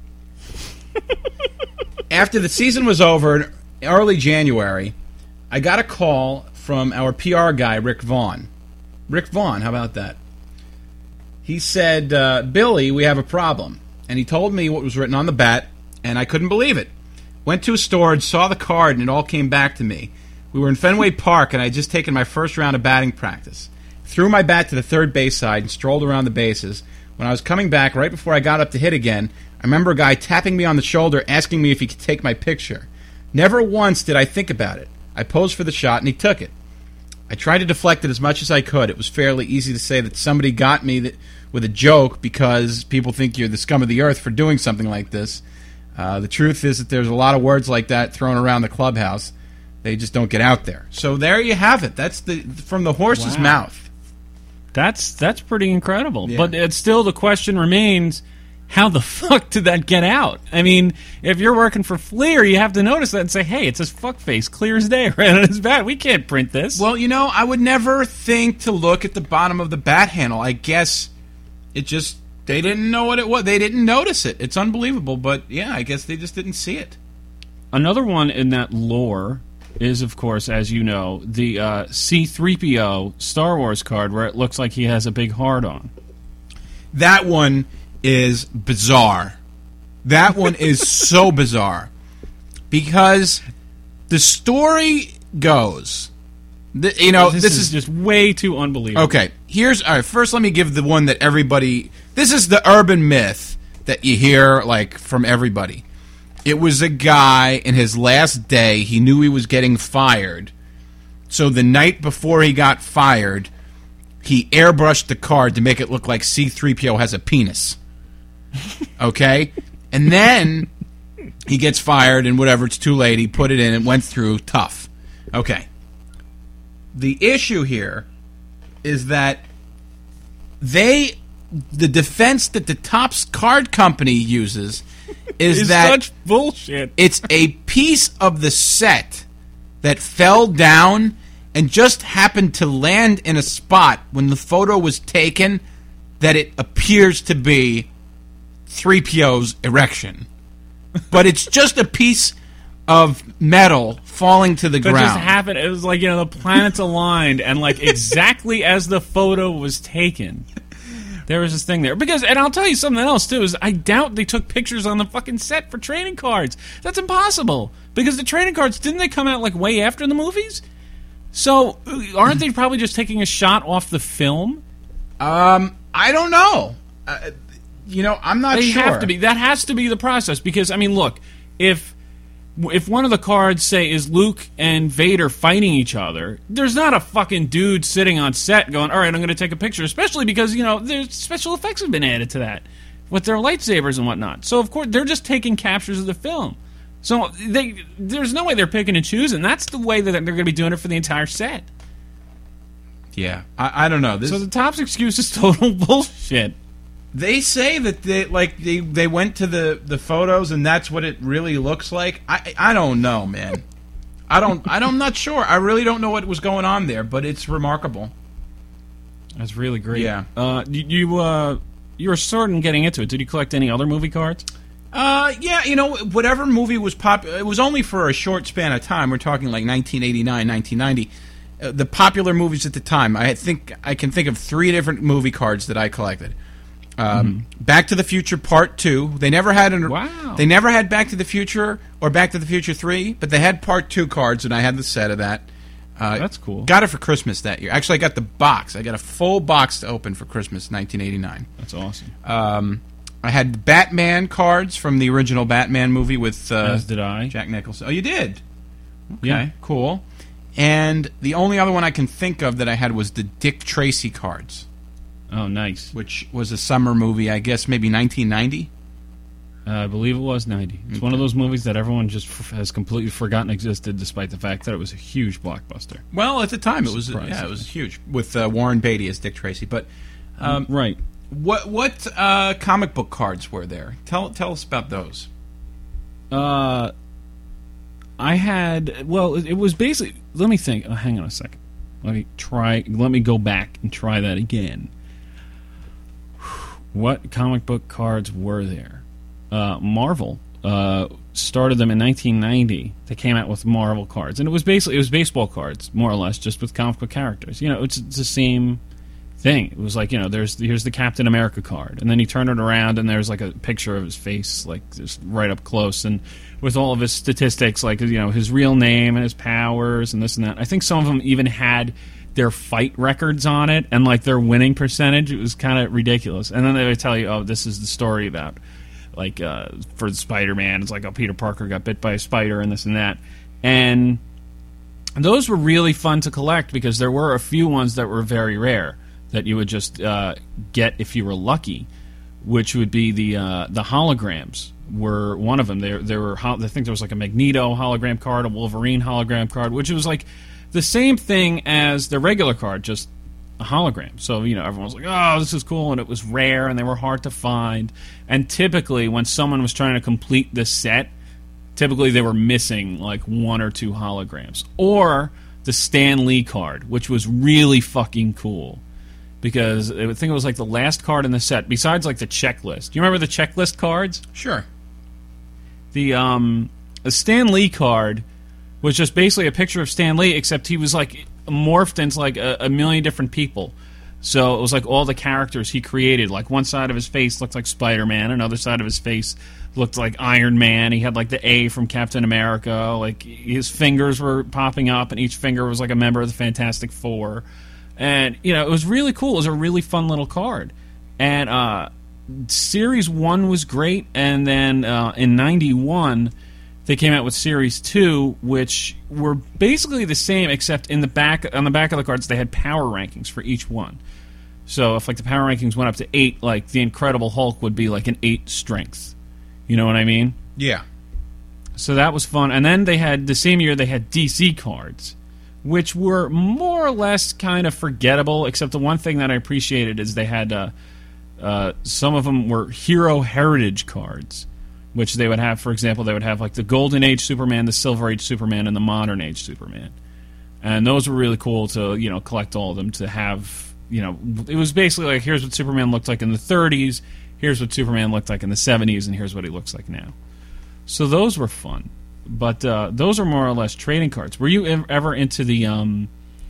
Speaker 4: After the season was over in early January, I got a call from our P R guy, Rick Vaughn. Rick Vaughn, how about that? He said, uh, Billy, we have a problem. And he told me what was written on the bat, and I couldn't believe it. Went to a storage, saw the card, and it all came back to me. We were in Fenway Park, and I had just taken my first round of batting practice. Threw my bat to the third base side and strolled around the bases. When I was coming back, right before I got up to hit again, I remember a guy tapping me on the shoulder, asking me if he could take my picture. Never once did I think about it. I posed for the shot, and he took it. I tried to deflect it as much as I could. It was fairly easy to say that somebody got me that, with a joke because people think you're the scum of the earth for doing something like this. Uh, the truth is that there's a lot of words like that thrown around the clubhouse. They just don't get out there. So there you have it. That's the from the horse's
Speaker 5: Wow.
Speaker 4: mouth.
Speaker 5: That's that's pretty incredible.
Speaker 4: Yeah.
Speaker 5: But it's still the question remains, how the fuck did that get out? I mean, if you're working for Fleer, you have to notice that and say, hey, it's his fuckface, clear as day, right on his bat. We can't print this.
Speaker 4: Well, you know, I would never think to look at the bottom of the bat handle. I guess it just, they didn't know what it was. They didn't notice it. It's unbelievable. But, yeah, I guess they just didn't see it.
Speaker 5: Another one in that lore is, of course, as you know, the uh, C three P O Star Wars card where it looks like he has a big heart on.
Speaker 4: That one is bizarre. That one is so bizarre. Because the story goes, the, you know,
Speaker 5: this,
Speaker 4: this,
Speaker 5: is,
Speaker 4: is
Speaker 5: just way too unbelievable.
Speaker 4: Okay, here's, all right, first let me give the one that everybody, this is the urban myth that you hear, like, from everybody. It was a guy in his last day, he knew he was getting fired, so the night before he got fired, he airbrushed the card to make it look like C three P O has a penis. Okay? And then he gets fired and whatever, it's too late, he put it in and went through, tough. Okay. The issue here is that they, the defense that the Topps card company uses is
Speaker 5: It's
Speaker 4: that
Speaker 5: such bullshit.
Speaker 4: it's a piece of the set that fell down and just happened to land in a spot when the photo was taken that it appears to be three P O's erection. But it's just a piece of metal falling to the
Speaker 5: That
Speaker 4: ground.
Speaker 5: just happened. It was like, you know, the planets aligned, and like exactly as the photo was taken, there was this thing there. Because, and I'll tell you something else too, is I doubt they took pictures on the fucking set for trading cards. That's impossible. Because the trading cards, didn't they come out like way after the movies? So, aren't they probably just taking a shot off the film?
Speaker 4: Um, I don't know. Uh, you know, I'm not
Speaker 5: They
Speaker 4: sure.
Speaker 5: have to be. That has to be the process. Because, I mean, look, if if one of the cards, say, is Luke and Vader fighting each other, there's not a fucking dude sitting on set going, all right, I'm going to take a picture, especially because, you know, there's special effects have been added to that with their lightsabers and whatnot. So, of course, they're just taking captures of the film. So they there's no way they're picking and choosing. That's the way that they're going to be doing it for the entire set.
Speaker 4: Yeah, I, I don't know. This,
Speaker 5: So the Topps excuse is total bullshit.
Speaker 4: They say that they like they, they went to the, the photos and that's what it really looks like. I I don't know, man. I don't I don't, I'm not sure. I really don't know what was going on there, but it's remarkable.
Speaker 5: That's really great.
Speaker 4: Yeah.
Speaker 5: Uh, you you, uh, you were sort of getting into it. Did you collect any other movie cards?
Speaker 4: Uh, yeah, you know, whatever movie was popular, it was only for a short span of time. We're talking like nineteen eighty-nine, nineteen ninety. Uh, the popular movies at the time, I think I can think of three different movie cards that I collected. Um, mm-hmm. Back to the Future Part Two. They never had an.
Speaker 5: Wow.
Speaker 4: They never had Back to the Future or Back to the Future Three, but they had Part Two cards, and I had the set of that. Uh,
Speaker 5: That's cool.
Speaker 4: Got it for Christmas that year. Actually, I got the box. I got a full box to open for Christmas, nineteen eighty-nine.
Speaker 5: That's awesome.
Speaker 4: Um, I had Batman cards from the original Batman movie with uh,
Speaker 5: As did I.
Speaker 4: Jack Nicholson. Oh, you did? Okay,
Speaker 5: Yeah.
Speaker 4: cool. And the only other one I can think of that I had was the Dick Tracy cards,
Speaker 5: Oh, nice.
Speaker 4: which was a summer movie, I guess maybe nineteen ninety.
Speaker 5: Uh, I believe it was ninety. It's one of those movies that everyone just f- has completely forgotten existed, despite the fact that it was a huge blockbuster.
Speaker 4: Well, at the time, it was
Speaker 5: Surprising.
Speaker 4: yeah, it was huge with uh, Warren Beatty as Dick Tracy. But um,
Speaker 5: Right.
Speaker 4: what what uh, comic book cards were there? Tell tell us about those.
Speaker 5: Uh, I had, well, it, it was basically, let me think. Oh, hang on a second. Let me try, let me go back and try that again. What comic book cards were there? Uh, Marvel uh, started them in nineteen ninety. They came out with Marvel cards, and it was basically it was baseball cards, more or less, just with comic book characters. You know, it's, it's the same thing. It was like, you know, there's here's the Captain America card, and then you turn it around, and there's like a picture of his face, like just right up close, and with all of his statistics, like, you know, his real name and his powers and this and that. I think some of them even had their fight records on it and like their winning percentage. It was kind of ridiculous. And then they would tell you, oh, this is the story about, like, uh, for Spider-Man, it's like, oh, Peter Parker got bit by a spider and this and that. And those were really fun to collect because there were a few ones that were very rare that you would just uh, get if you were lucky, which would be the uh, the holograms were one of them. There, there were, I think there was like a Magneto hologram card, a Wolverine hologram card, which was like the same thing as the regular card, just a hologram. So, you know, everyone was like, oh, this is cool, and it was rare, and they were hard to find. And typically, when someone was trying to complete the set, typically they were missing like one or two holograms. Or the Stan Lee card, which was really fucking cool. Because I think it was like the last card in the set, besides like the checklist. Do you remember the checklist cards?
Speaker 4: Sure.
Speaker 5: The um, the Stan Lee card was just basically a picture of Stan Lee, except he was like morphed into like a, a million different people. So it was like all the characters he created. Like one side of his face looked like Spider-Man, another side of his face looked like Iron Man. He had like the A from Captain America. Like his fingers were popping up, and each finger was like a member of the Fantastic Four. And, you know, it was really cool. It was a really fun little card. And uh, Series one was great, and then uh, in ninety-one, they came out with Series two, which were basically the same, except in the back on the back of the cards, they had power rankings for each one. So if, like, the power rankings went up to eight, like, the Incredible Hulk would be, like, an eight strength. You know what I mean?
Speaker 4: Yeah.
Speaker 5: So that was fun. And then they had, the same year, they had D C cards, which were more or less kind of forgettable, except the one thing that I appreciated is they had, uh, uh, some of them were Hero Heritage cards, which they would have, for example, they would have like the Golden Age Superman, the Silver Age Superman, and the Modern Age Superman. And those were really cool to, you know, collect all of them, to have, you know, it was basically like, here's what Superman looked like in the thirties, here's what Superman looked like in the seventies, and here's what he looks like now. So those were fun. But uh, those are more or less trading cards. Were you ev- ever into the, um,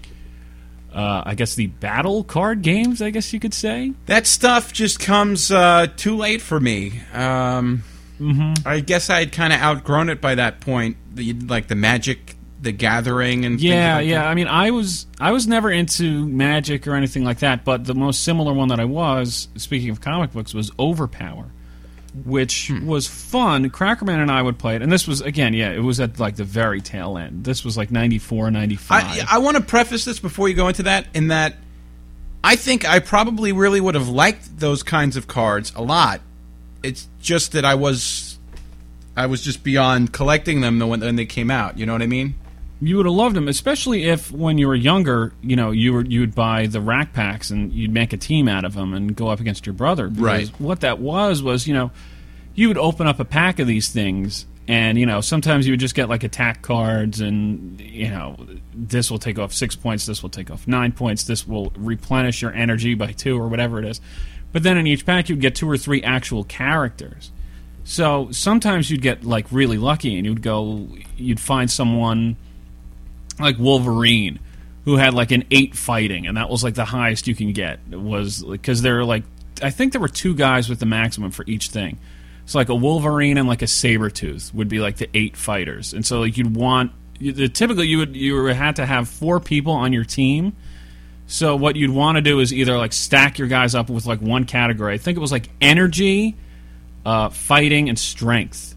Speaker 5: uh, I guess, the battle card games, I guess you could say?
Speaker 4: That stuff just comes uh, too late for me. Um,
Speaker 5: Mm-hmm.
Speaker 4: I guess I had kind of outgrown it by that point. The, like the Magic, the Gathering, and
Speaker 5: Yeah,
Speaker 4: things like
Speaker 5: yeah.
Speaker 4: that.
Speaker 5: I mean, I was I was never into Magic or anything like that, but the most similar one that I was, speaking of comic books, was Overpower, which
Speaker 4: Hmm.
Speaker 5: was fun. Crackerman and I would play it, and this was, again, yeah, it was at like the very tail end. This was like ninety-four, ninety-five.
Speaker 4: I, I want to preface this before you go into that, in that I think I probably really would have liked those kinds of cards a lot. It's just that I was, I was just beyond collecting them when, when they came out. You know what I mean?
Speaker 5: You would have loved them, especially if when you were younger, you know, you were you would buy the rack packs and you'd make a team out of them and go up against your brother. Because
Speaker 4: Right.
Speaker 5: what that was was, you know, you would open up a pack of these things, and, you know, sometimes you would just get like attack cards, and, you know, this will take off six points, this will take off nine points, this will replenish your energy by two or whatever it is. But then in each pack you'd get two or three actual characters. So sometimes you'd get like really lucky, and you'd go, you'd find someone like Wolverine, who had like an eight fighting, and that was like the highest you can get. It was because there were like, I think there were two guys with the maximum for each thing. So like a Wolverine and like a Sabretooth would be like the eight fighters, and so like you'd want you, the, typically you would you had to have four people on your team. So what you'd want to do is either like stack your guys up with like one category. I think it was like energy, uh, fighting, and strength.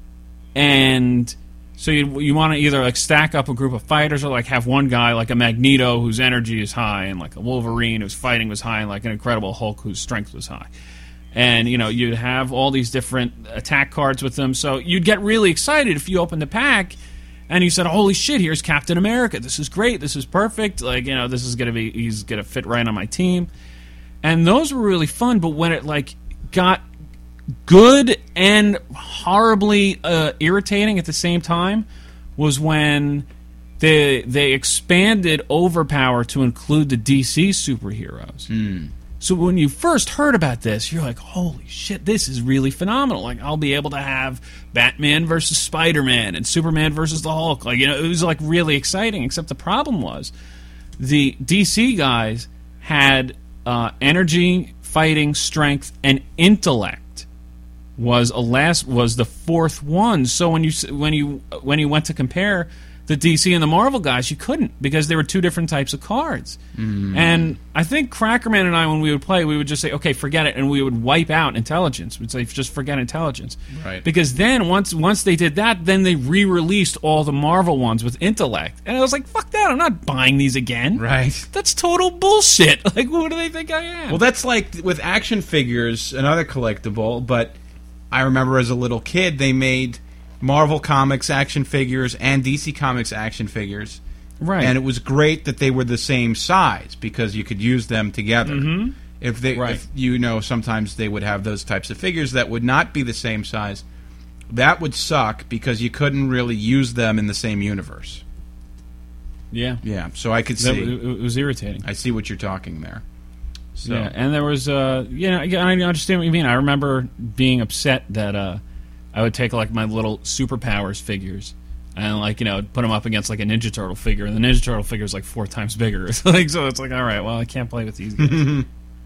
Speaker 5: And so you you want to either like stack up a group of fighters or like have one guy like a Magneto whose energy is high and like a Wolverine whose fighting was high and like an Incredible Hulk whose strength was high. And, you know, you'd have all these different attack cards with them. So you'd get really excited if you opened the pack and you said, holy shit, here's Captain America. This is great. This is perfect. Like, you know, this is going to be, he's going to fit right on my team. And those were really fun. But when it, like, got good and horribly uh, irritating at the same time was when they, they expanded Overpower to include the D C superheroes.
Speaker 4: Mm.
Speaker 5: So when you first heard about this, you're like, holy shit, this is really phenomenal. Like, I'll be able to have Batman versus Spider-Man and Superman versus the Hulk. Like, you know, it was, like, really exciting, except the problem was the D C guys had uh, energy, fighting, strength, and intellect was a last was the fourth one. So when you when you when you went to compare the D C and the Marvel guys, you couldn't, because there were two different types of cards. Mm. And I think Crackerman and I, when we would play, we would just say, okay, forget it, and we would wipe out intelligence. We'd say, just forget intelligence.
Speaker 4: Right.
Speaker 5: Because then, once once they did that, then they re-released all the Marvel ones with intellect. And I was like, fuck that, I'm not buying these again.
Speaker 4: Right.
Speaker 5: That's total bullshit. Like, who do they think I am?
Speaker 4: Well, that's like with action figures, another collectible, but I remember as a little kid, they made Marvel Comics action figures and D C Comics action figures.
Speaker 5: Right.
Speaker 4: And it was great that they were the same size because you could use them together.
Speaker 5: Mm-hmm.
Speaker 4: If they,
Speaker 5: right.
Speaker 4: if, you know, sometimes they would have those types of figures that would not be the same size. That would suck because you couldn't really use them in the same universe.
Speaker 5: Yeah.
Speaker 4: Yeah, so I could
Speaker 5: That,
Speaker 4: see.
Speaker 5: it, it was irritating.
Speaker 4: I see what you're talking there. So.
Speaker 5: Yeah, and there was, uh, you know, I understand what you mean. I remember being upset that uh, I would take, like, my little superpowers figures and, like, you know, put them up against, like, a Ninja Turtle figure, and the Ninja Turtle figure is, like, four times bigger. like, so it's like, all right, well, I can't play with these guys.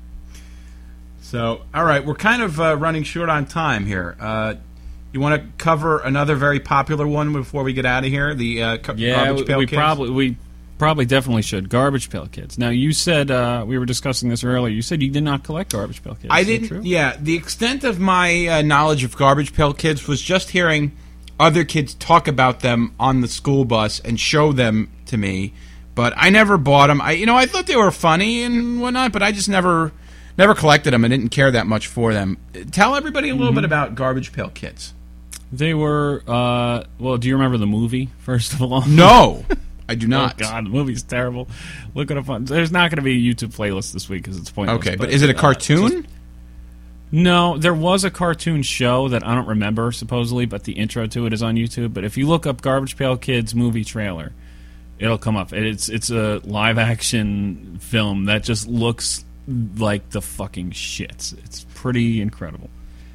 Speaker 4: So, all right, we're kind of uh, running short on time here. Uh, you want to cover another very popular one before we get out of here? The uh, co-
Speaker 5: yeah,
Speaker 4: Garbage Pail
Speaker 5: we
Speaker 4: Kids?
Speaker 5: probably we probably definitely should. Garbage Pail Kids. Now, you said uh, we were discussing this earlier. You said you did not collect Garbage Pail Kids.
Speaker 4: I
Speaker 5: Is that
Speaker 4: didn't.
Speaker 5: true?
Speaker 4: Yeah, the extent of my uh, knowledge of Garbage Pail Kids was just hearing other kids talk about them on the school bus and show them to me. But I never bought them. I, you know, I thought they were funny and whatnot, but I just never, never collected them and didn't care that much for them. Tell everybody a little mm-hmm. bit about Garbage Pail Kids.
Speaker 5: They were. Uh, well, do you remember the movie? First of all,
Speaker 4: no. I do not.
Speaker 5: Oh, God, the movie's terrible. Look at a fun. There's not going to be a YouTube playlist this week because it's pointless.
Speaker 4: Okay, but, but is it a cartoon?
Speaker 5: Uh, just, no, there was a cartoon show that I don't remember, supposedly, but the intro to it is on YouTube. But if you look up Garbage Pail Kids movie trailer, it'll come up. It's it's a live-action film that just looks like the fucking shits. It's pretty incredible.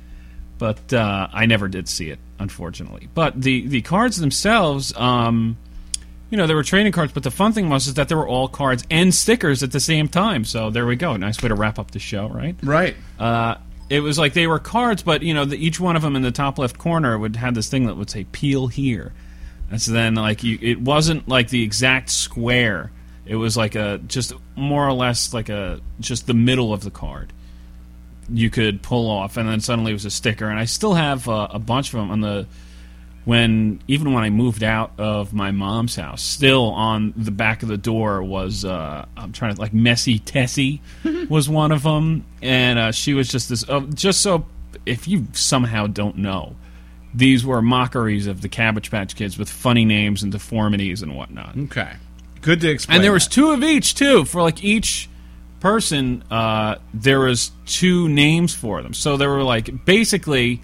Speaker 5: But uh, I never did see it, unfortunately. But the, the cards themselves... Um, You know, there were trading cards, but the fun thing was is that there were all cards and stickers at the same time. So there we go. Nice way to wrap up the show, right?
Speaker 4: Right.
Speaker 5: Uh, it was like they were cards, but, you know, the, each one of them in the top left corner would have this thing that would say, peel here. And so then, like, you, it wasn't like the exact square. It was like a, just more or less like a, just the middle of the card. You could pull off, and then suddenly it was a sticker. And I still have uh, a bunch of them on the... When even when I moved out of my mom's house, still on the back of the door was uh, I'm trying to like Messy Tessie was one of them, and uh, she was just this. Uh, just so if you somehow don't know, these were mockeries of the Cabbage Patch Kids with funny names and deformities and whatnot.
Speaker 4: Okay, good to explain.
Speaker 5: And there was
Speaker 4: that.
Speaker 5: two of each too for like each person. Uh, there was two names for them, so there were like basically.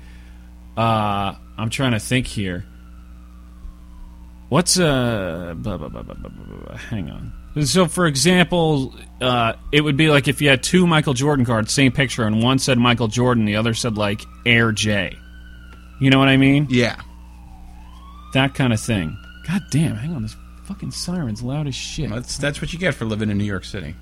Speaker 5: Uh, I'm trying to think here. What's uh? Blah, blah, blah, blah, blah, blah, hang on. So, for example, uh, it would be like if you had two Michael Jordan cards, same picture, and one said Michael Jordan, the other said like Air J. You know what I mean?
Speaker 4: Yeah.
Speaker 5: That kind of thing. God damn! Hang on, this fucking siren's loud as shit.
Speaker 4: That's that's what you get for living in New York City.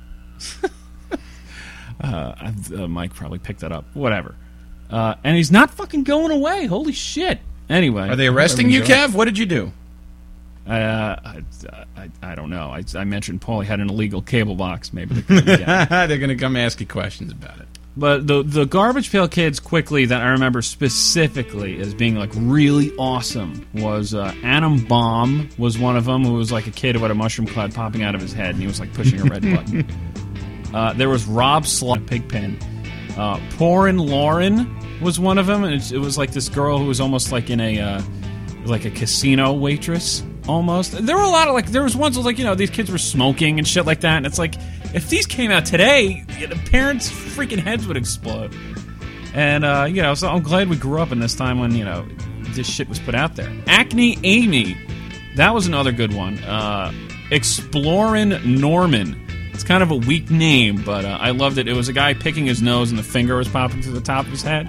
Speaker 5: uh, uh, Mike probably picked that up. Whatever. Uh, and he's not fucking going away. Holy shit. Anyway.
Speaker 4: Are they arresting you, Kev? What did you do?
Speaker 5: Uh, I, I, I don't know. I, I mentioned Paulie had an illegal cable box. Maybe they're going to
Speaker 4: They're going to come ask you questions about it.
Speaker 5: But the the Garbage Pail Kids quickly that I remember specifically as being like really awesome was uh, Adam Baum was one of them, who was like a kid who had a mushroom cloud popping out of his head and he was like pushing a red button. Uh, there was Rob Slot, Pigpen. Uh, Porin Lauren was one of them, and it, it was like this girl who was almost like in a uh, like a casino waitress. Almost. There were a lot of, like, there was ones where, like, you know, these kids were smoking and shit like that, and it's like, if these came out today, the parents' freaking heads would explode. And, uh, you know, so I'm glad we grew up in this time when, you know, this shit was put out there. Acne Amy, that was another good one. Uh, Explorin' Norman. It's kind of a weak name, but uh, I loved it. It was a guy picking his nose and the finger was popping to the top of his head.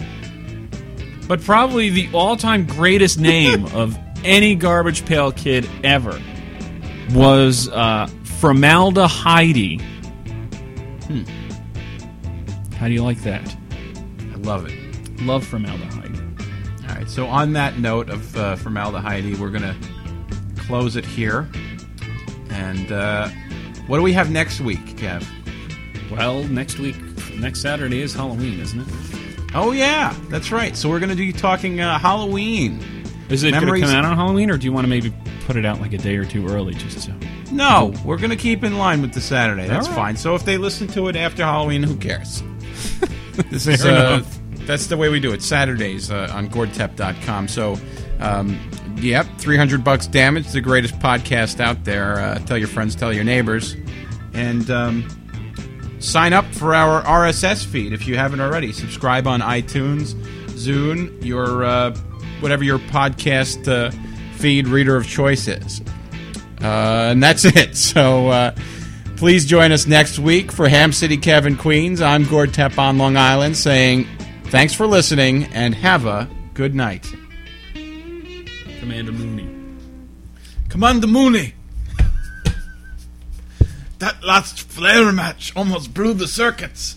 Speaker 5: But probably the all-time greatest name of any Garbage Pail Kid ever was uh, Formaldehyde. Hmm. How do you like that?
Speaker 4: I love it.
Speaker 5: Love formaldehyde.
Speaker 4: All right, so on that note of uh, formaldehyde, we're going to close it here. And uh, what do we have next week, Kev?
Speaker 5: Well, next week, next Saturday is Halloween, isn't it?
Speaker 4: Oh, yeah, that's right. So we're going to be talking uh, Halloween.
Speaker 5: Is it going to
Speaker 4: Memories-
Speaker 5: come out on Halloween, or do you want to maybe put it out like a day or two early just so?
Speaker 4: No, we're going to keep in line with the Saturday. That's
Speaker 5: All right.
Speaker 4: fine. So if they listen to it after Halloween, who cares? This is,
Speaker 5: Fair
Speaker 4: uh,
Speaker 5: enough.
Speaker 4: that's the way we do it. Saturdays uh, on Gordtep dot com. So, um, yep, three hundred bucks damage, the greatest podcast out there. Uh, tell your friends, tell your neighbors. And um, sign up for our R S S feed if you haven't already. Subscribe on iTunes, Zune, your uh, whatever your podcast uh, feed reader of choice is. Uh, and that's it. So uh, please join us next week for Ham City Kevin Queens. I'm Gord Tepp on Long Island saying thanks for listening and have a good night.
Speaker 5: Commander Mooney.
Speaker 1: Commander Mooney. That last flare match almost blew the circuits.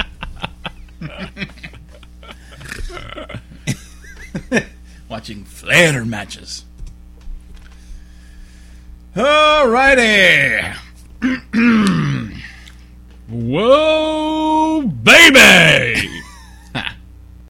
Speaker 1: Watching flare matches. Alrighty.
Speaker 5: Whoa, baby!